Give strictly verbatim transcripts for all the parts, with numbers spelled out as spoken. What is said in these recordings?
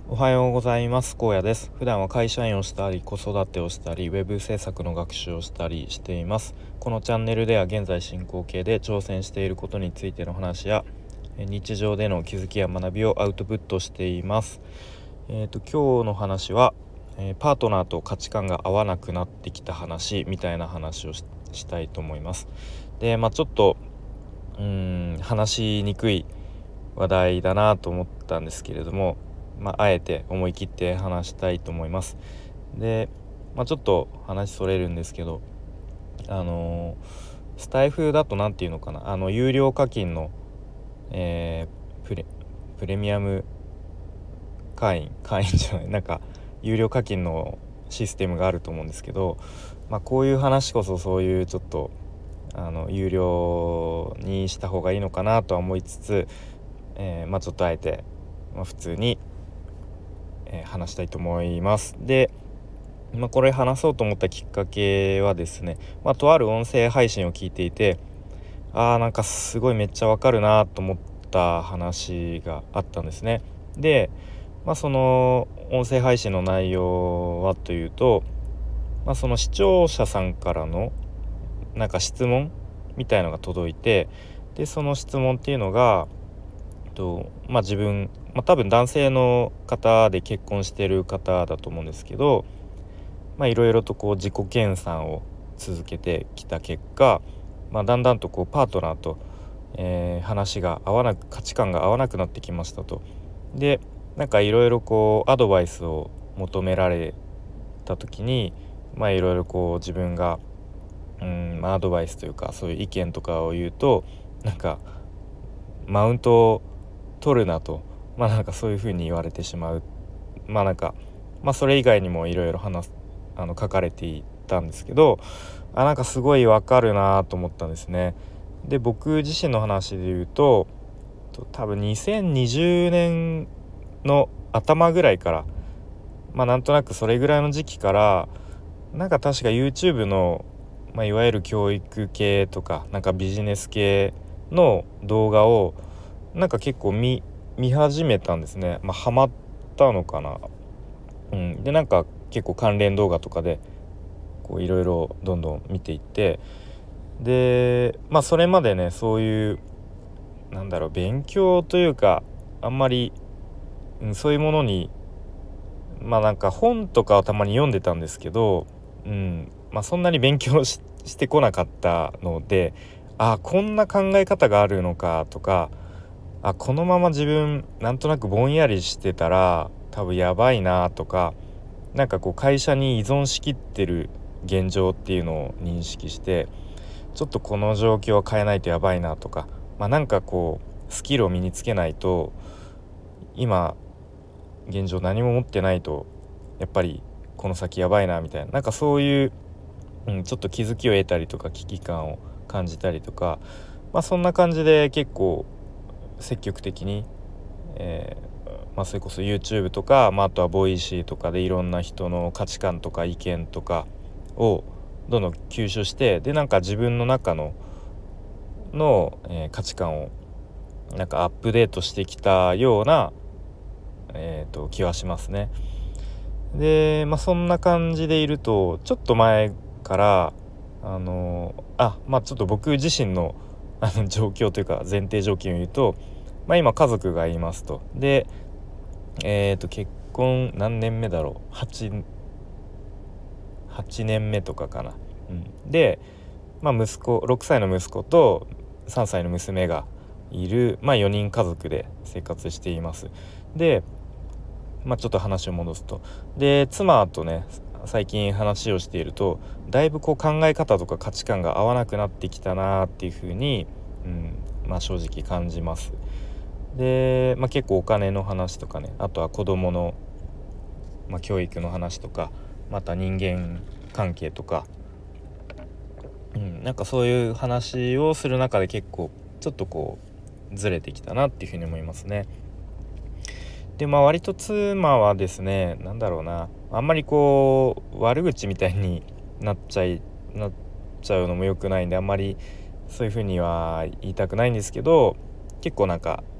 おはようございます。荒野です。普段は会社員をしたり、子育てをしたり、ウェブ制作の学習をしたりしています。このチャンネルでは現在進行形で挑戦していることについての話や、日常での気づきや学びをアウトプットしています。えーと、今日の話は、えーパートナーと価値観が合わなくなってきた話みたいな話を し, したいと思います。で、まあちょっとうーん話しにくい話題だなと思ったんですけれども、まあ、あえて思い切って話したいと思います。で、まあ、ちょっと話それるんですけど、あのースタイフだと何て言うのかな、あの有料課金の、えープレプレミアム会員会員じゃないなんか有料課金のシステムがあると思うんですけど、まあ、こういう話こそそういうちょっとあの有料にした方がいいのかなとは思いつつ、えーまあ、ちょっとあえて、まあ、普通に、えー話したいと思います。で、まあ、これ話そうと思ったきっかけはですね、まあ、とある音声配信を聞いていて、あーなんかすごいめっちゃわかるなと思った話があったんですね。で、まあ、その音声配信の内容はというと、まあ、その視聴者さんからのなんか質問みたいのが届いて、でその質問っていうのがと、まあ、自分、まあ、多分男性の方で結婚してる方だと思うんですけど、まあいろいろとこう自己研鑽を続けてきた結果、まあ、だんだんとこうパートナーと、えー話が合わなく価値観が合わなくなってきましたと。でなんかいろいろこうアドバイスを求められた時に、まあいろいろこう自分がうん、まあ、アドバイスというかそういう意見とかを言うと、なんかマウントを取るなと、まあなんかそういう風に言われてしまう。まあなんかまあそれ以外にもいろいろ話すあの書かれていたんですけど、あなんかすごいわかるなと思ったんですね。で僕自身の話で言うと、と多分にせんにじゅうねんの頭ぐらいから、まあなんとなくそれぐらいの時期からなんか確か YouTube の、まあ、いわゆる教育系とかなんかビジネス系の動画をなんか結構見見始めたんですね。まあハマったのかな。うん、でなんか結構関連動画とかでこういろいろどんどん見ていって、でまあそれまでねそういうなんだろう勉強というかあんまり、うん、そういうものにまあなんか本とかはたまに読んでたんですけど、うんまあ、そんなに勉強し、してこなかったので、あこんな考え方があるのかとか、あこのまま自分なんとなくぼんやりしてたら多分やばいなとか、なんかこう会社に依存しきってる現状っていうのを認識して、ちょっとこの状況を変えないとやばいなとか、まあ、なんかこうスキルを身につけないと今現状何も持ってないとやっぱりこの先やばいなみたいな、なんかそういう、うん、ちょっと気づきを得たりとか危機感を感じたりとか、まあそんな感じで結構積極的に、えーまあ、それこそ YouTube とか、まあ、あとはボイシーとかでいろんな人の価値観とか意見とかをどんどん吸収して、でなんか自分の中のの、えー価値観をなんかアップデートしてきたような、えーと気はしますね。で、まあ、そんな感じでいるとちょっと前からあのあまあちょっと僕自身のあの状況というか前提条件を言うと、まあ、今家族がいますと。でえーと結婚何年目だろう、 はち, はちねんめとかかな、うん、で、まあ、息子ろくさいの息子とさんさいの娘がいる、まあ、よにん家族で生活しています。でまあ、ちょっと話を戻すと、で妻とね最近話をしていると、だいぶこう考え方とか価値観が合わなくなってきたなっていう風に、うんまあ、正直感じます。で、まあ、結構お金の話とかね、あとは子供の、まあ、教育の話とか、また人間関係とか、うん、なんかそういう話をする中で結構ちょっとこうずれてきたなっていう風に思いますね。でまあ割と妻はですね、なんだろうな、あんまりこう悪口みたいになっちゃいなっちゃうのも良くないんで、あんまりそういう風には言いたくないんですけど、結構なんか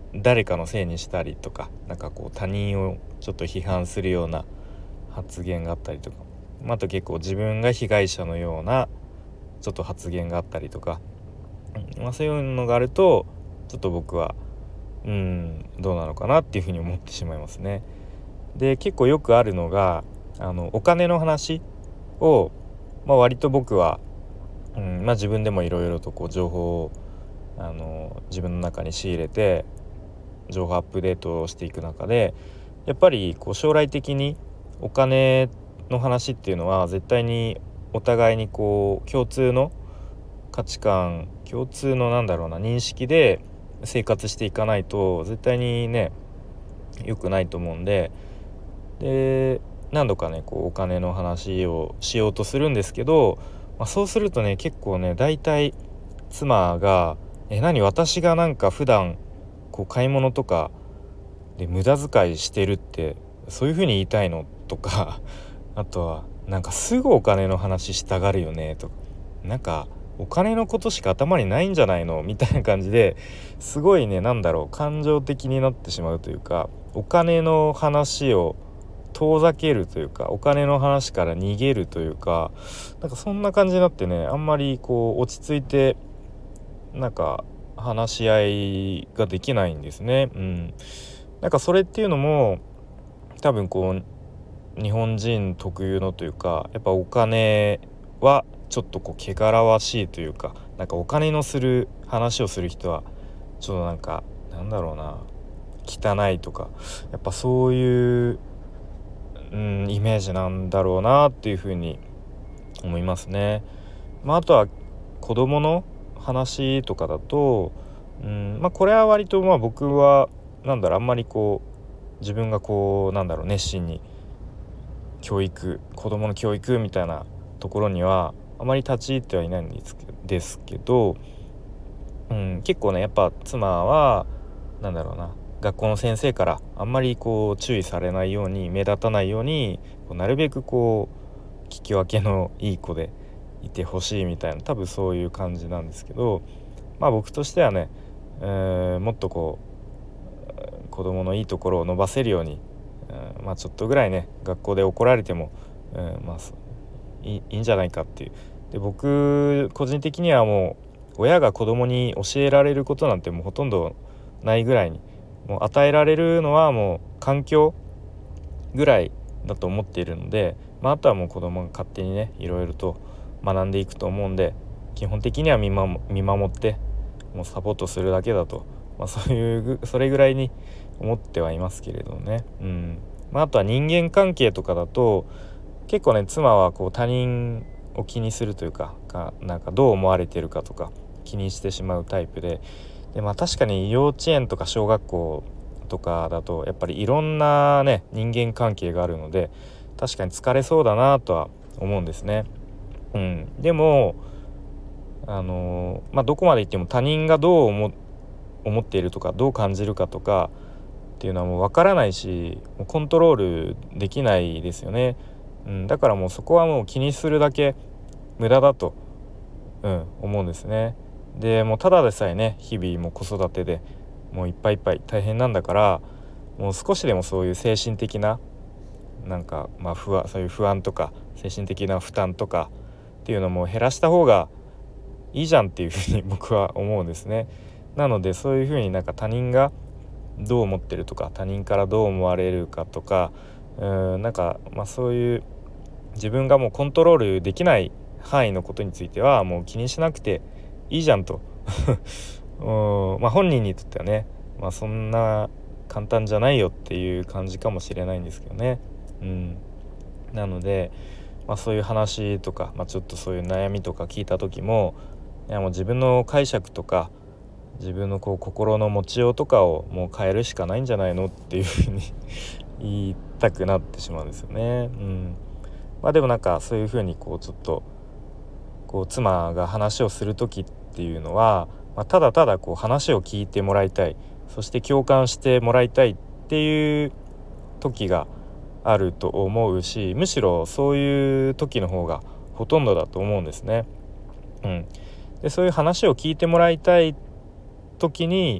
誰かのせいにしたりとか、なんかこう他人をちょっと批判するような発言があったりとか、あと結構自分が被害者のようなちょっと発言があったりとか、まあ、そういうのがあるとちょっと僕はうーんどうなのかなっていうふうに思ってしまいますね。で結構よくあるのがあのお金の話を、まあ、割と僕は、うんまあ、自分でもいろいろとこう情報をあの自分の中に仕入れて情報アップデートをしていく中で、やっぱりこう将来的にお金の話っていうのは絶対にお互いにこう共通の価値観、共通のなんだろうな認識で生活していかないと絶対にね良くないと思うんで、で何度かねこうお金の話をしようとするんですけど、まあ、そうするとね結構ね大体妻が「え何私がなんか普段こう買い物とかで無駄遣いしてるってそういう風に言いたいの?」とかあとはなんかすぐお金の話したがるよねとか、なんかお金のことしか頭にないんじゃないのみたいな感じですごいねなんだろう感情的になってしまうというか、お金の話を遠ざけるというかお金の話から逃げるというか、なんかそんな感じになってねあんまりこう落ち着いてなんか話し合いができないんですね。うん、なんかそれっていうのも多分こう日本人特有のというか、やっぱお金はちょっとこう汚らわしいというか、なんかお金のする話をする人はちょっとなんかなんだろうな汚いとか、やっぱそういう、うん、イメージなんだろうなっていうふうに思いますね。まあ、あとは子供の話とかだと、うんまあ、これは割とまあ僕はなんだろうあんまりこう自分がこうなんだろう熱心に教育子供の教育みたいなところにはあまり立ち入ってはいないんですけですけど、うん、結構ねやっぱ妻はなんだろうな学校の先生からあんまりこう注意されないように目立たないようにこうなるべくこう聞き分けのいい子でいてほしいみたいな多分そういう感じなんですけど、まあ僕としてはね、えーもっとこう子供のいいところを伸ばせるように、うんまあちょっとぐらいね学校で怒られても、うんまあいい、いいんじゃないかっていう。で僕個人的にはもう親が子供に教えられることなんてもうほとんどないぐらいに、もう与えられるのはもう環境ぐらいだと思っているので、まあ、あとはもう子供が勝手にねいろいろと学んでいくと思うんで、基本的には見守、見守ってもうサポートするだけだと、まあ、そういうそれぐらいに思ってはいますけれどね。うんまあ、あとは人間関係とかだと結構ね妻はこう他人を気にするというか、かなんかどう思われてるかとか気にしてしまうタイプで、でまあ確かに幼稚園とか小学校とかだとやっぱりいろんなね人間関係があるので確かに疲れそうだなとは思うんですね。うん、でもあのーまあどこまで行っても他人がどう思思っているとかどう感じるかとかっていうのはもう分からないし、もうコントロールできないですよね。うん、だからもうそこはもう気にするだけ無駄だと、うん、思うんですね。でもうただでさえね日々もう子育てでもういっぱいいっぱい大変なんだから、もう少しでもそういう精神的ななんかまあ不安、そういう不安とか精神的な負担とかっていうのも減らした方がいいじゃんっていうふうに僕は思うんですね。なのでそういうふうになんか他人がどう思ってるとか他人からどう思われるかとか、うーんなんかまあそういう自分がもうコントロールできない範囲のことについてはもう気にしなくていいじゃんとうんまあ本人にとってはね、まあ、そんな簡単じゃないよっていう感じかもしれないんですけどね。うん、なので、まあ、そういう話とか、まあ、ちょっとそういう悩みとか聞いた時も、いやもう自分の解釈とか自分のこう心の持ちようとかをもう変えるしかないんじゃないのっていうふうに言いたくなってしまうんですよね。うんまあ、でもなんかそういうふうにこうちょっとこう妻が話をする時っていうのは、まあ、ただただこう話を聞いてもらいたい、そして共感してもらいたいっていう時があると思うし、むしろそういう時の方がほとんどだと思うんですね。うん、でそういう話を聞いてもらいたい時に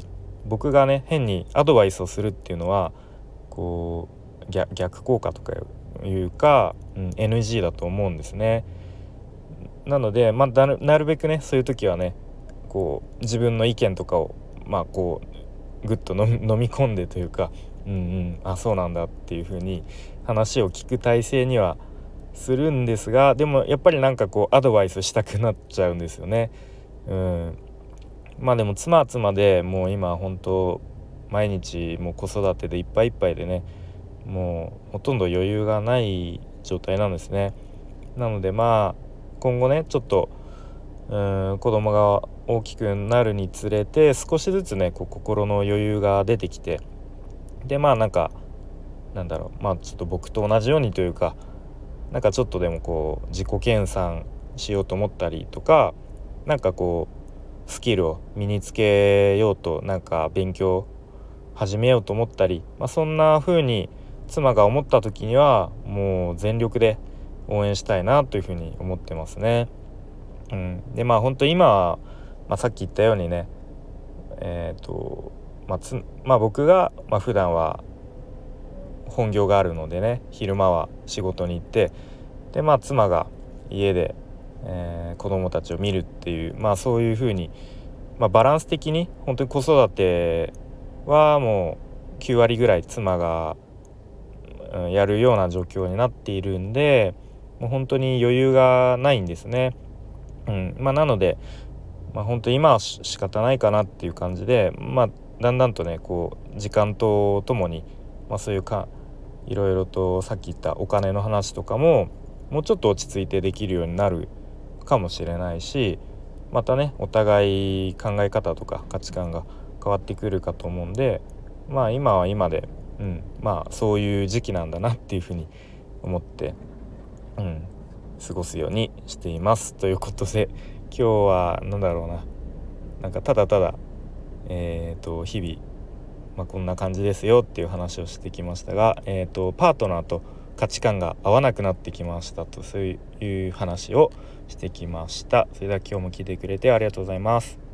僕がね変にアドバイスをするっていうのはこう 逆, 逆効果とかいうか、うん、エヌジー だと思うんですね。なので、まあ、なる、なるべくねそういう時はねこう自分の意見とかをまあこうぐっと飲み、飲み込んでというか、うんうんあそうなんだっていう風に話を聞く体制にはするんですが、でもやっぱりなんかこうアドバイスしたくなっちゃうんですよね。うん、まあでも妻は妻でもう今本当毎日もう子育てでいっぱいいっぱいでね、もうほとんど余裕がない状態なんですね。なのでまあ今後ねちょっとうーん子供が大きくなるにつれて少しずつねこう心の余裕が出てきて、でまあなんかなんだろうまあちょっと僕と同じようにというか、なんかちょっとでもこう自己研鑽しようと思ったりとか、なんかこうスキルを身につけようとなんか勉強始めようと思ったり、まあ、そんな風に妻が思った時にはもう全力で応援したいなというふうに思ってますね。うん、でまあ本当今は、まあ、さっき言ったようにねえっ、とまあつまあ僕が、まあ、普段は本業があるのでね昼間は仕事に行って、でまあ妻が家で、えー、子供たちを見るっていう、まあそういう風に、まあ、バランス的に本当に子育てはもうきゅう割ぐらい妻が、うん、やるような状況になっているんで、もう本当に余裕がないんですね。うんまあ、なので、まあ、本当に今はし仕方ないかなっていう感じで、まあ、だんだんとねこう時間とともに、まあ、そういうかいろいろとさっき言ったお金の話とかももうちょっと落ち着いてできるようになるかもしれないし、またねお互い考え方とか価値観が変わってくるかと思うんで、まあ今は今で、うん、まあそういう時期なんだなっていうふうに思って、うん、過ごすようにしていますということで、今日は何だろうな、なんかただただえーと日々、まあ、こんな感じですよっていう話をしてきましたが、えーとパートナーと価値観が合わなくなってきましたと、そういう話をしてきました。それでは今日も聞いてくれてありがとうございます。